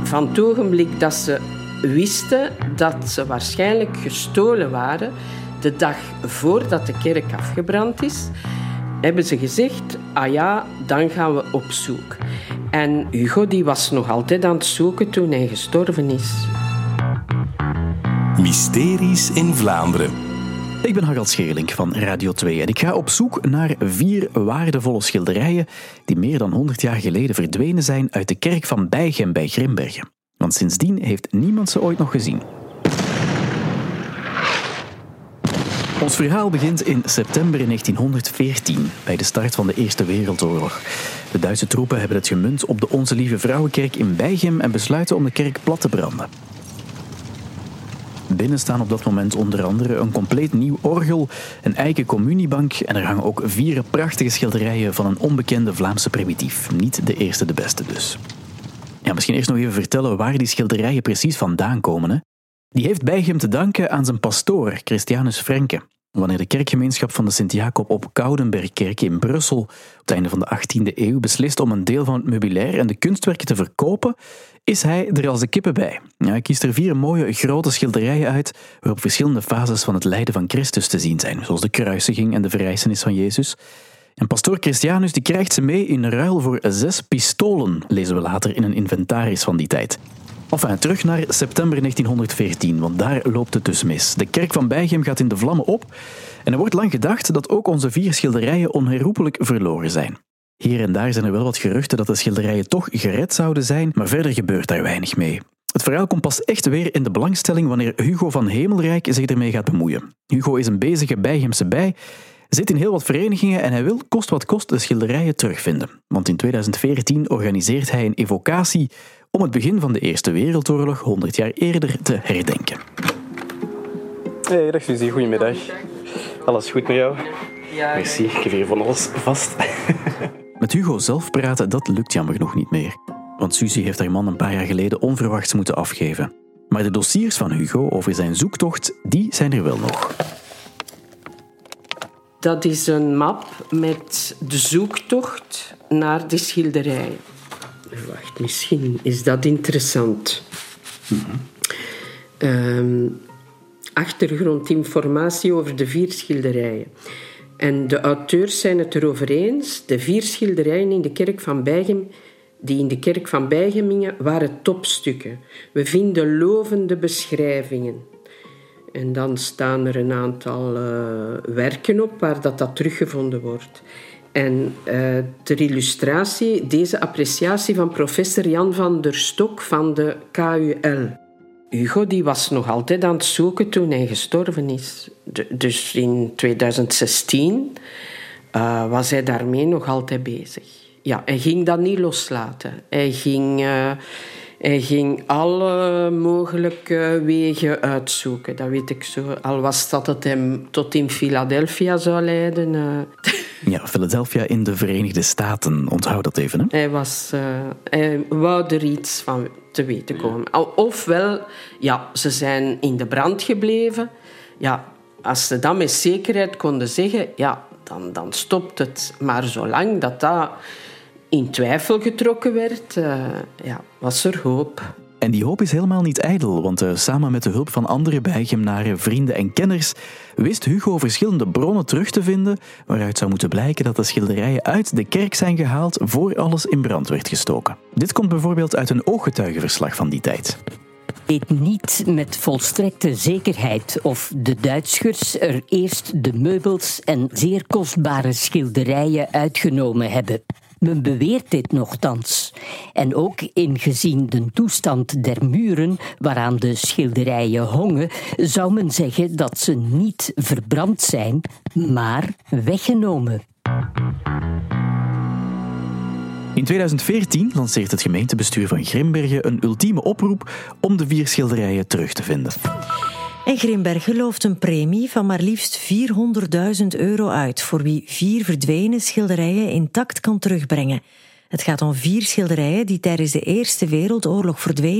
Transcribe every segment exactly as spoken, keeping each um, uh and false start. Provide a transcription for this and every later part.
van het ogenblik dat ze wisten dat ze waarschijnlijk gestolen waren, de dag voordat de kerk afgebrand is, hebben ze gezegd, ah ja, dan gaan we op zoek. En Hugo die was nog altijd aan het zoeken toen hij gestorven is. Mysteries in Vlaanderen. Ik ben Harald Scheerlink van Radio twee en ik ga op zoek naar vier waardevolle schilderijen die meer dan honderd jaar geleden verdwenen zijn uit de kerk van Bijchem bij Grimbergen. Want sindsdien heeft niemand ze ooit nog gezien. Ons verhaal begint in september negentienhonderdveertien, bij de start van de Eerste Wereldoorlog. De Duitse troepen hebben het gemunt op de Onze Lieve Vrouwenkerk in Bijchem en besluiten om de kerk plat te branden. Binnen staan op dat moment onder andere een compleet nieuw orgel, een eiken communiebank en er hangen ook vier prachtige schilderijen van een onbekende Vlaamse primitief. Niet de eerste de beste dus. Ja, misschien eerst nog even vertellen waar die schilderijen precies vandaan komen. Hè? Die heeft Bijchem te danken aan zijn pastoor, Christianus Frenke. Wanneer de kerkgemeenschap van de Sint-Jacob op Koudenbergkerk in Brussel op het einde van de achttiende eeuw beslist om een deel van het meubilair en de kunstwerken te verkopen, is hij er als de kippen bij. Ja, hij kiest er vier mooie grote schilderijen uit waarop verschillende fases van het lijden van Christus te zien zijn, zoals de kruisiging en de verrijzenis van Jezus. En pastoor Christianus die krijgt ze mee in ruil voor zes pistolen, lezen we later in een inventaris van die tijd. Enfin, terug naar september negentienhonderdveertien, want daar loopt het dus mis. De kerk van Bijchem gaat in de vlammen op en er wordt lang gedacht dat ook onze vier schilderijen onherroepelijk verloren zijn. Hier en daar zijn er wel wat geruchten dat de schilderijen toch gered zouden zijn, maar verder gebeurt daar weinig mee. Het verhaal komt pas echt weer in de belangstelling wanneer Hugo van Hemelrijk zich ermee gaat bemoeien. Hugo is een bezige Bijchemse bij, zit in heel wat verenigingen en hij wil kost wat kost de schilderijen terugvinden. Want in tweeduizend veertien organiseert hij een evocatie om het begin van de Eerste Wereldoorlog honderd jaar eerder te herdenken. Hey, dag Suzie, goedemiddag. Alles goed met jou? Ja, merci, ik heb hier van alles vast. Met Hugo zelf praten, dat lukt jammer genoeg niet meer. Want Suzie heeft haar man een paar jaar geleden onverwachts moeten afgeven. Maar de dossiers van Hugo over zijn zoektocht, die zijn er wel nog. Dat is een map met de zoektocht naar de schilderijen. Wacht, misschien is dat interessant. Mm-hmm. Um, achtergrondinformatie over de vier schilderijen. En de auteurs zijn het erover eens. De vier schilderijen in de kerk van Bijchem, die in de kerk van Bijchem hingen, waren topstukken. We vinden lovende beschrijvingen. En dan staan er een aantal uh, werken op waar dat, dat teruggevonden wordt. En uh, ter illustratie deze appreciatie van professor Jan van der Stok van de K U L. Hugo die was nog altijd aan het zoeken toen hij gestorven is. De, dus in tweeduizend zestien uh, was hij daarmee nog altijd bezig. Ja, hij ging dat niet loslaten. Hij ging... Uh, Hij ging alle mogelijke wegen uitzoeken, dat weet ik zo. Al was dat het hem tot in Philadelphia zou leiden. Uh. Ja, Philadelphia in de Verenigde Staten, onthoud dat even. Hè? Hij, was, uh, hij wou er iets van te weten komen. Ofwel, ja, ze zijn in de brand gebleven. Ja, als ze dat met zekerheid konden zeggen, ja, dan, dan stopt het. Maar zolang dat dat in twijfel getrokken werd, uh, ja, was er hoop. En die hoop is helemaal niet ijdel, want uh, samen met de hulp van andere Bijchemnaren, vrienden en kenners wist Hugo verschillende bronnen terug te vinden waaruit zou moeten blijken dat de schilderijen uit de kerk zijn gehaald voor alles in brand werd gestoken. Dit komt bijvoorbeeld uit een ooggetuigenverslag van die tijd. Ik weet niet met volstrekte zekerheid of de Duitsers er eerst de meubels en zeer kostbare schilderijen uitgenomen hebben. Men beweert dit nochtans. En ook ingezien de toestand der muren waaraan de schilderijen hongen, zou men zeggen dat ze niet verbrand zijn, maar weggenomen. In tweeduizend veertien lanceert het gemeentebestuur van Grimbergen een ultieme oproep om de vier schilderijen terug te vinden. En Grimbergen looft een premie van maar liefst vierhonderdduizend euro uit voor wie vier verdwenen schilderijen intact kan terugbrengen. Het gaat om vier schilderijen die tijdens de Eerste Wereldoorlog verdwenen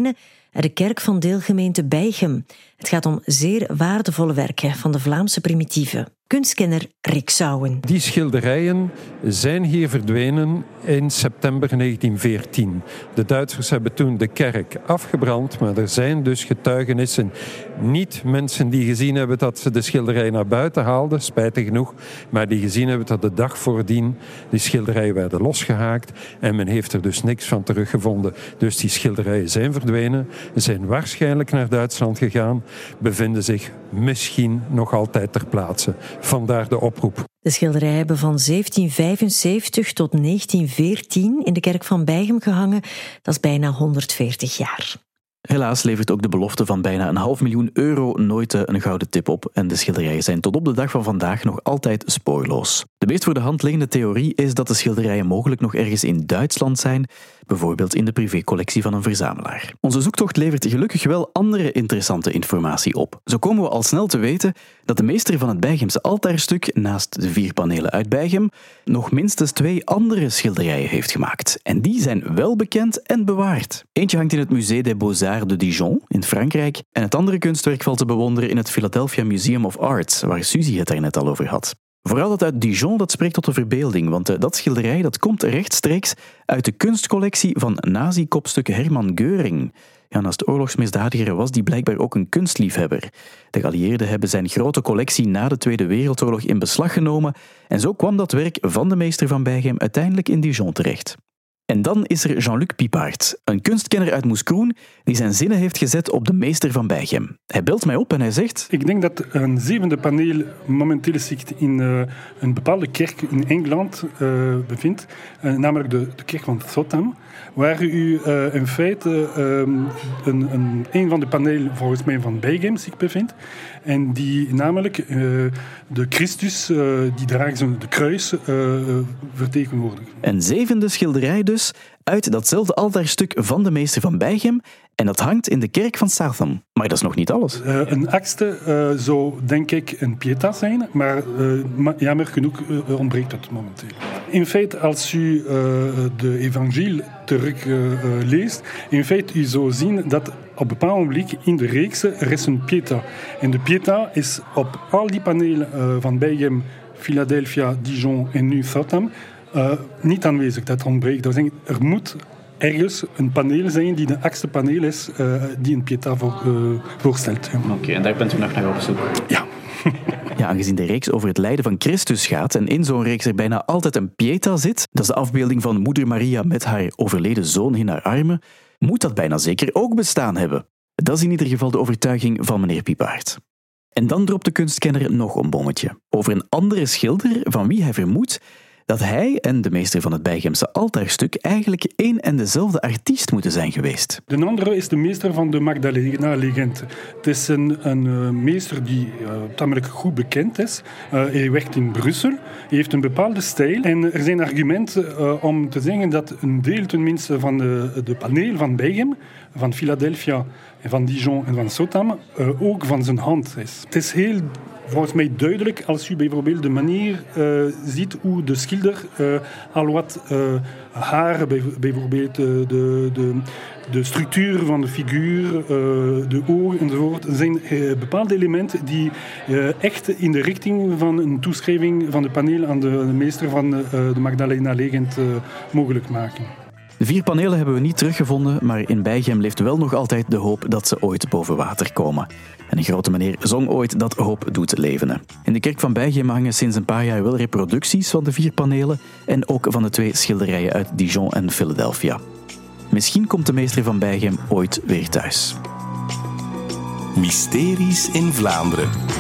uit de kerk van deelgemeente Beichem. Het gaat om zeer waardevolle werken van de Vlaamse primitieven. Kunstkenner Rick Sauwen. Die schilderijen zijn hier verdwenen in september negentien veertien. De Duitsers hebben toen de kerk afgebrand, maar er zijn dus getuigenissen. Niet mensen die gezien hebben dat ze de schilderij naar buiten haalden, spijtig genoeg, maar die gezien hebben dat de dag voordien die schilderijen werden losgehaakt en men heeft er dus niks van teruggevonden. Dus die schilderijen zijn verdwenen, zijn waarschijnlijk naar Duitsland gegaan, bevinden zich misschien nog altijd ter plaatse. Vandaar de oproep. De schilderijen hebben van zeventien vijfenzeventig tot negentien veertien in de kerk van Beichem gehangen. Dat is bijna honderdveertig jaar. Helaas levert ook de belofte van bijna een half miljoen euro nooit een gouden tip op en de schilderijen zijn tot op de dag van vandaag nog altijd spoorloos. De meest voor de hand liggende theorie is dat de schilderijen mogelijk nog ergens in Duitsland zijn, bijvoorbeeld in de privécollectie van een verzamelaar. Onze zoektocht levert gelukkig wel andere interessante informatie op. Zo komen we al snel te weten dat de meester van het Beichemse altaarstuk naast de vier panelen uit Beichem nog minstens twee andere schilderijen heeft gemaakt. En die zijn wel bekend en bewaard. Eentje hangt in het Musée des Beaux-Arts de Dijon in Frankrijk en het andere kunstwerk valt te bewonderen in het Philadelphia Museum of Art, waar Suzy het daar net al over had. Vooral dat uit Dijon, dat spreekt tot de verbeelding, want dat schilderij dat komt rechtstreeks uit de kunstcollectie van nazi-kopstuk Hermann Göring. Ja, naast oorlogsmisdadiger was die blijkbaar ook een kunstliefhebber. De geallieerden hebben zijn grote collectie na de Tweede Wereldoorlog in beslag genomen en zo kwam dat werk van de meester van Beichem uiteindelijk in Dijon terecht. En dan is er Jean-Luc Pipaert, een kunstkenner uit Moeskroen die zijn zinnen heeft gezet op de meester van Beichem. Hij belt mij op en hij zegt: Ik denk dat een zevende paneel momenteel zich in uh, een bepaalde kerk in Engeland uh, bevindt, uh, namelijk de, de kerk van Sotham, waar u uh, in feite uh, een, een, een van de panelen volgens mij van Beichem zich bevindt. En die namelijk uh, de Christus, uh, die draagt de kruis, uh, vertegenwoordigt. Een zevende schilderij dus, uit datzelfde altaarstuk van de meester van Beichem. En dat hangt in de kerk van Sotham. Maar dat is nog niet alles. Uh, een achtste uh, zou, denk ik, een Pietà zijn. Maar uh, ma- jammer genoeg uh, ontbreekt het momenteel. In feite, als u uh, de evangelie terug uh, uh, leest, in feite, u zou zien dat op een bepaald moment in de reeks er is een Pietà. En de Pietà is op al die panelen uh, van Beichem, Philadelphia, Dijon en nu Sotham uh, niet aanwezig. Dat ontbreekt. Dat betekent, er moet ergens een paneel zijn die de achtste paneel is, uh, die een Pietà voor, uh, voorstelt. Ja. Oké, okay, en daar bent u nog naar op zoek? Ja. Ja, aangezien de reeks over het lijden van Christus gaat en in zo'n reeks er bijna altijd een Pietà zit, dat is de afbeelding van moeder Maria met haar overleden zoon in haar armen, moet dat bijna zeker ook bestaan hebben. Dat is in ieder geval de overtuiging van meneer Pipaert. En dan dropt de kunstkenner nog een bommetje over een andere schilder van wie hij vermoedt dat hij en de meester van het Beichemse altaarstuk eigenlijk één en dezelfde artiest moeten zijn geweest. De andere is de meester van de Magdalena-legende. Het is een, een uh, meester die uh, tamelijk goed bekend is. Uh, hij werkt in Brussel. Hij heeft een bepaalde stijl. En er zijn argumenten uh, om te zeggen dat een deel tenminste van de, de paneel van Beichem, van Philadelphia, van Dijon en van Sotham, uh, ook van zijn hand is. Het is heel volgens mij duidelijk als u bijvoorbeeld de manier uh, ziet hoe de schilder uh, al wat uh, haar, bijvoorbeeld uh, de, de, de structuur van de figuur, uh, de ogen enzovoort, zijn uh, bepaalde elementen die uh, echt in de richting van een toeschrijving van de paneel aan de, de meester van uh, de Magdalena-legend uh, mogelijk maken. De vier panelen hebben we niet teruggevonden, maar in Beichem leeft wel nog altijd de hoop dat ze ooit boven water komen. En een grote meneer zong ooit dat hoop doet levenen. In de kerk van Beichem hangen sinds een paar jaar wel reproducties van de vier panelen en ook van de twee schilderijen uit Dijon en Philadelphia. Misschien komt de meester van Beichem ooit weer thuis. Mysteries in Vlaanderen.